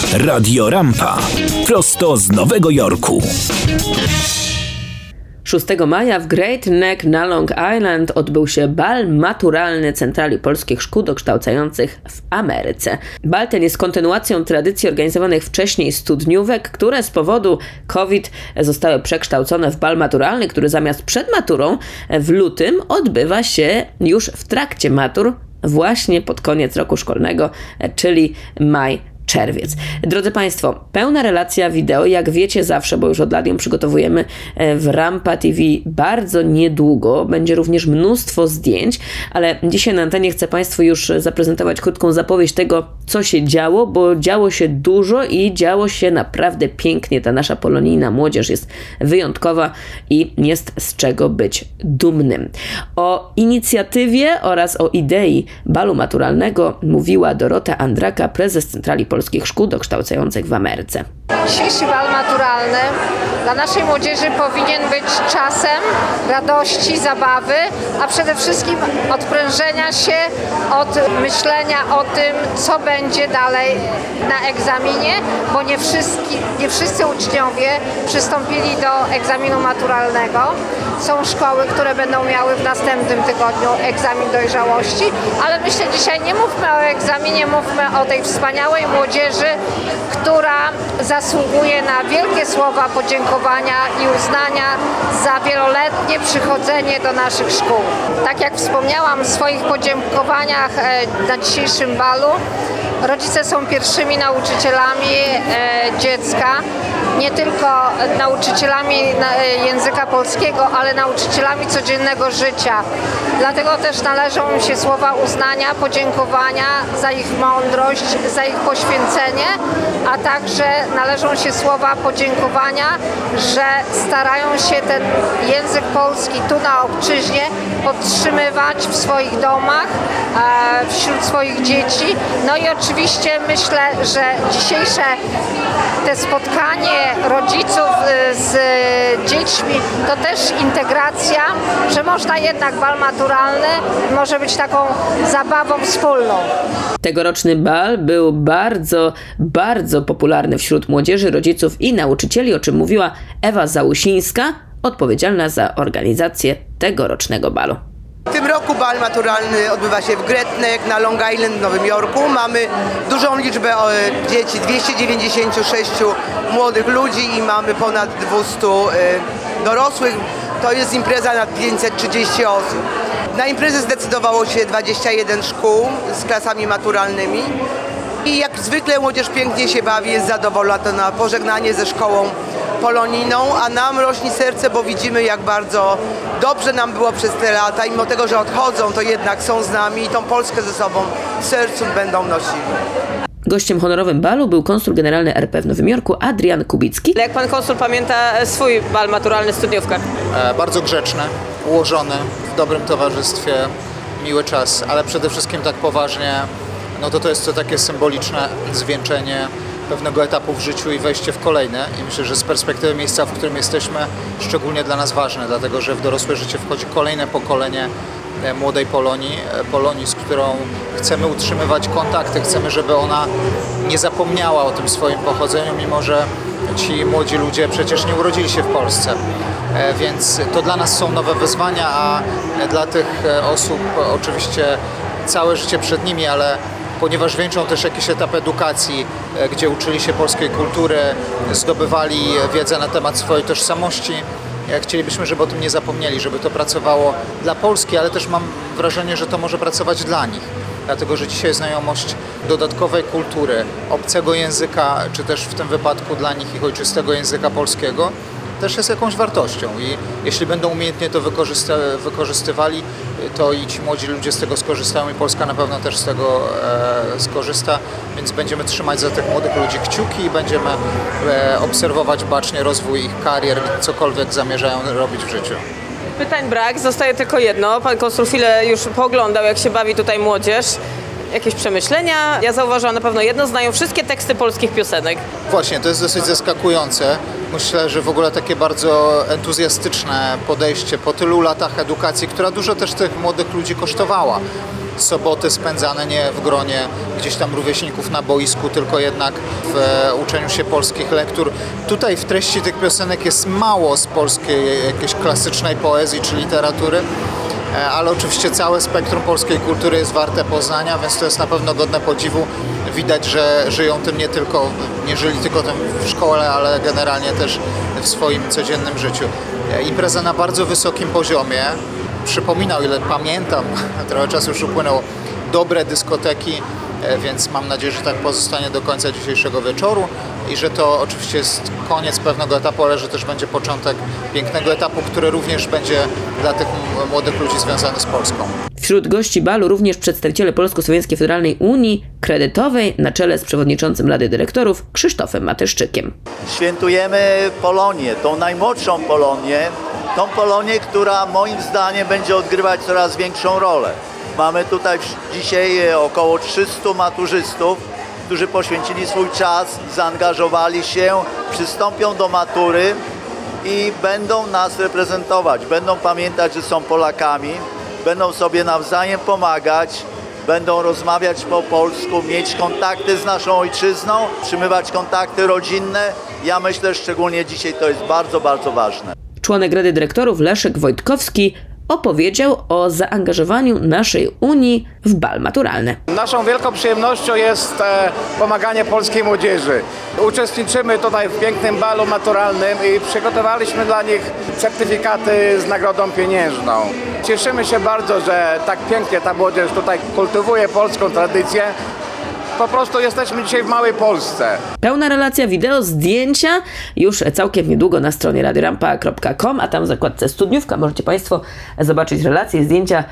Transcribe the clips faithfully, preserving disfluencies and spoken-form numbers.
Radio Rampa. Prosto z Nowego Jorku. szóstego maja w Great Neck na Long Island odbył się bal maturalny Centrali Polskich Szkół Dokształcających w Ameryce. Bal ten jest kontynuacją tradycji organizowanych wcześniej studniówek, które z powodu COVID zostały przekształcone w bal maturalny, który zamiast przed maturą w lutym odbywa się już w trakcie matur, właśnie pod koniec roku szkolnego, czyli maj, czerwiec. Drodzy Państwo, pełna relacja wideo, jak wiecie zawsze, bo już od lat ją przygotowujemy w Rampa T V bardzo niedługo. Będzie również mnóstwo zdjęć, ale dzisiaj na antenie chcę Państwu już zaprezentować krótką zapowiedź tego, co się działo, bo działo się dużo i działo się naprawdę pięknie. Ta nasza polonijna młodzież jest wyjątkowa i jest z czego być dumnym. O inicjatywie oraz o idei balu maturalnego mówiła Dorota Andraka, prezes Centrali Polskich Szkół Dokształcających w Ameryce. Dzisiejszy bal maturalny dla naszej młodzieży powinien być czasem radości, zabawy, a przede wszystkim odprężenia się od myślenia o tym, co będzie dalej na egzaminie, bo nie wszyscy, nie wszyscy uczniowie przystąpili do egzaminu maturalnego. Są szkoły, które będą miały w następnym tygodniu egzamin dojrzałości, ale myślę, dzisiaj nie mówmy o egzaminie, mówmy o tej wspaniałej młodzieży, która zasługuje na wielkie słowa podziękowania i uznania za wieloletnie przychodzenie do naszych szkół. Tak jak wspomniałam w swoich podziękowaniach na dzisiejszym balu, rodzice są pierwszymi nauczycielami dziecka, nie tylko nauczycielami języka polskiego, ale nauczycielami codziennego życia. Dlatego też należą im się słowa uznania, podziękowania za ich mądrość, za ich poświęcenie, a także należą się słowa podziękowania, że starają się ten język polski tu na obczyźnie podtrzymywać w swoich domach, wśród swoich dzieci. No i oczywiście myślę, że dzisiejsze te spotkanie rodziców z dziećmi to też integracja, że można jednak bal maturalny może być taką zabawą wspólną. Tegoroczny bal był bardzo, bardzo popularny wśród młodzieży, rodziców i nauczycieli, o czym mówiła Ewa Załusińska, odpowiedzialna za organizację tegorocznego balu. W tym roku bal maturalny odbywa się w Great Neck na Long Island w Nowym Jorku. Mamy dużą liczbę dzieci, dwieście dziewięćdziesiąt sześć młodych ludzi i mamy ponad dwieście dorosłych. To jest impreza na pięćset trzydzieści osób. Na imprezę zdecydowało się dwadzieścia jeden szkół z klasami maturalnymi. I jak zwykle młodzież pięknie się bawi, jest zadowolona na pożegnanie ze szkołą polonijną, a nam rośnie serce, bo widzimy, jak bardzo dobrze nam było przez te lata i mimo tego, że odchodzą, to jednak są z nami i tą Polskę ze sobą w sercu będą nosili. Gościem honorowym balu był konsul generalny R P w Nowym Jorku Adrian Kubicki. Jak pan konsul pamięta swój bal maturalny studniówka? E, bardzo grzeczny, ułożony, w dobrym towarzystwie, miły czas, ale przede wszystkim tak poważnie, no to to jest to takie symboliczne zwieńczenie pewnego etapu w życiu i wejście w kolejne. I myślę, że z perspektywy miejsca, w którym jesteśmy, szczególnie dla nas ważne, dlatego że w dorosłe życie wchodzi kolejne pokolenie młodej Polonii, Polonii, z którą chcemy utrzymywać kontakty, chcemy, żeby ona nie zapomniała o tym swoim pochodzeniu, mimo że ci młodzi ludzie przecież nie urodzili się w Polsce. Więc to dla nas są nowe wyzwania, a dla tych osób oczywiście całe życie przed nimi, ale ponieważ wieńczą też jakiś etap edukacji, gdzie uczyli się polskiej kultury, zdobywali wiedzę na temat swojej tożsamości. Chcielibyśmy, żeby o tym nie zapomnieli, żeby to pracowało dla Polski, ale też mam wrażenie, że to może pracować dla nich. Dlatego, że dzisiaj znajomość dodatkowej kultury, obcego języka, czy też w tym wypadku dla nich ich ojczystego języka polskiego, też jest jakąś wartością i jeśli będą umiejętnie to wykorzysta- wykorzystywali, to i ci młodzi ludzie z tego skorzystają i Polska na pewno też z tego e, skorzysta, więc będziemy trzymać za tych młodych ludzi kciuki i będziemy e, obserwować bacznie rozwój ich karier, cokolwiek zamierzają robić w życiu. Pytań brak, zostaje tylko jedno. Pan konsul chwilę już pooglądał, jak się bawi tutaj młodzież. Jakieś przemyślenia? Ja zauważyłam na pewno jedno, znają wszystkie teksty polskich piosenek. Właśnie, to jest dosyć zaskakujące. Myślę, że w ogóle takie bardzo entuzjastyczne podejście po tylu latach edukacji, która dużo też tych młodych ludzi kosztowała. soboty spędzane nie w gronie gdzieś tam rówieśników na boisku, tylko jednak w e, uczeniu się polskich lektur. Tutaj w treści tych piosenek jest mało z polskiej jakiejś klasycznej poezji czy literatury, e, ale oczywiście całe spektrum polskiej kultury jest warte poznania, więc to jest na pewno godne podziwu. Widać, że żyją tym nie tylko, nie żyli tylko tym w szkole, ale generalnie też w swoim codziennym życiu. E, impreza na bardzo wysokim poziomie. Przypominał, ile pamiętam, trochę czasu już upłynęło, dobre dyskoteki, więc mam nadzieję, że tak pozostanie do końca dzisiejszego wieczoru i że to oczywiście jest koniec pewnego etapu, ale że też będzie początek pięknego etapu, który również będzie dla tych młodych ludzi związany z Polską. Wśród gości balu również przedstawiciele Polsko-Słowiańskiej Federalnej Unii Kredytowej na czele z przewodniczącym Rady Dyrektorów Krzysztofem Matyszczykiem. Świętujemy Polonię, tą najmłodszą Polonię, tą Polonię, która moim zdaniem będzie odgrywać coraz większą rolę. Mamy tutaj dzisiaj około trzystu maturzystów, którzy poświęcili swój czas, zaangażowali się, przystąpią do matury i będą nas reprezentować. Będą pamiętać, że są Polakami, będą sobie nawzajem pomagać, będą rozmawiać po polsku, mieć kontakty z naszą ojczyzną, utrzymywać kontakty rodzinne. Ja myślę, szczególnie dzisiaj to jest bardzo, bardzo ważne. Członek Rady Dyrektorów Leszek Wojtkowski opowiedział o zaangażowaniu naszej Unii w bal maturalny. Naszą wielką przyjemnością jest e, pomaganie polskiej młodzieży. Uczestniczymy tutaj w pięknym balu maturalnym i przygotowaliśmy dla nich certyfikaty z nagrodą pieniężną. Cieszymy się bardzo, że tak pięknie ta młodzież tutaj kultywuje polską tradycję. Po prostu jesteśmy dzisiaj w małej Polsce. Pełna relacja wideo, zdjęcia już całkiem niedługo na stronie radio rampa kropka com, a tam w zakładce Studniówka możecie Państwo zobaczyć relacje i zdjęcia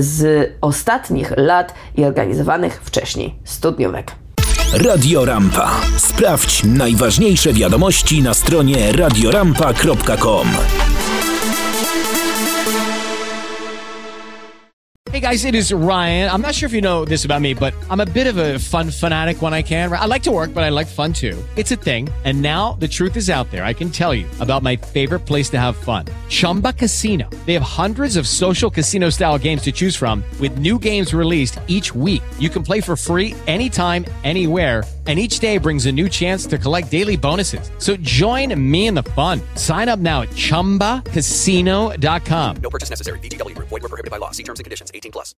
z ostatnich lat i organizowanych wcześniej studniówek. Radio Rampa. Sprawdź najważniejsze wiadomości na stronie radio rampa kropka com. Hey guys, it is Ryan. I'm not sure if you know this about me, but I'm a bit of a fun fanatic when I can. I like to work, but I like fun too. It's a thing. And now the truth is out there. I can tell you about my favorite place to have fun. Chumba Casino. They have hundreds of social casino style games to choose from with new games released each week. You can play for free anytime, anywhere. And each day brings a new chance to collect daily bonuses. So join me in the fun. Sign up now at chumba casino dot com. No purchase necessary. V G W Group. Void where prohibited by law. See terms and conditions. eighteen plus.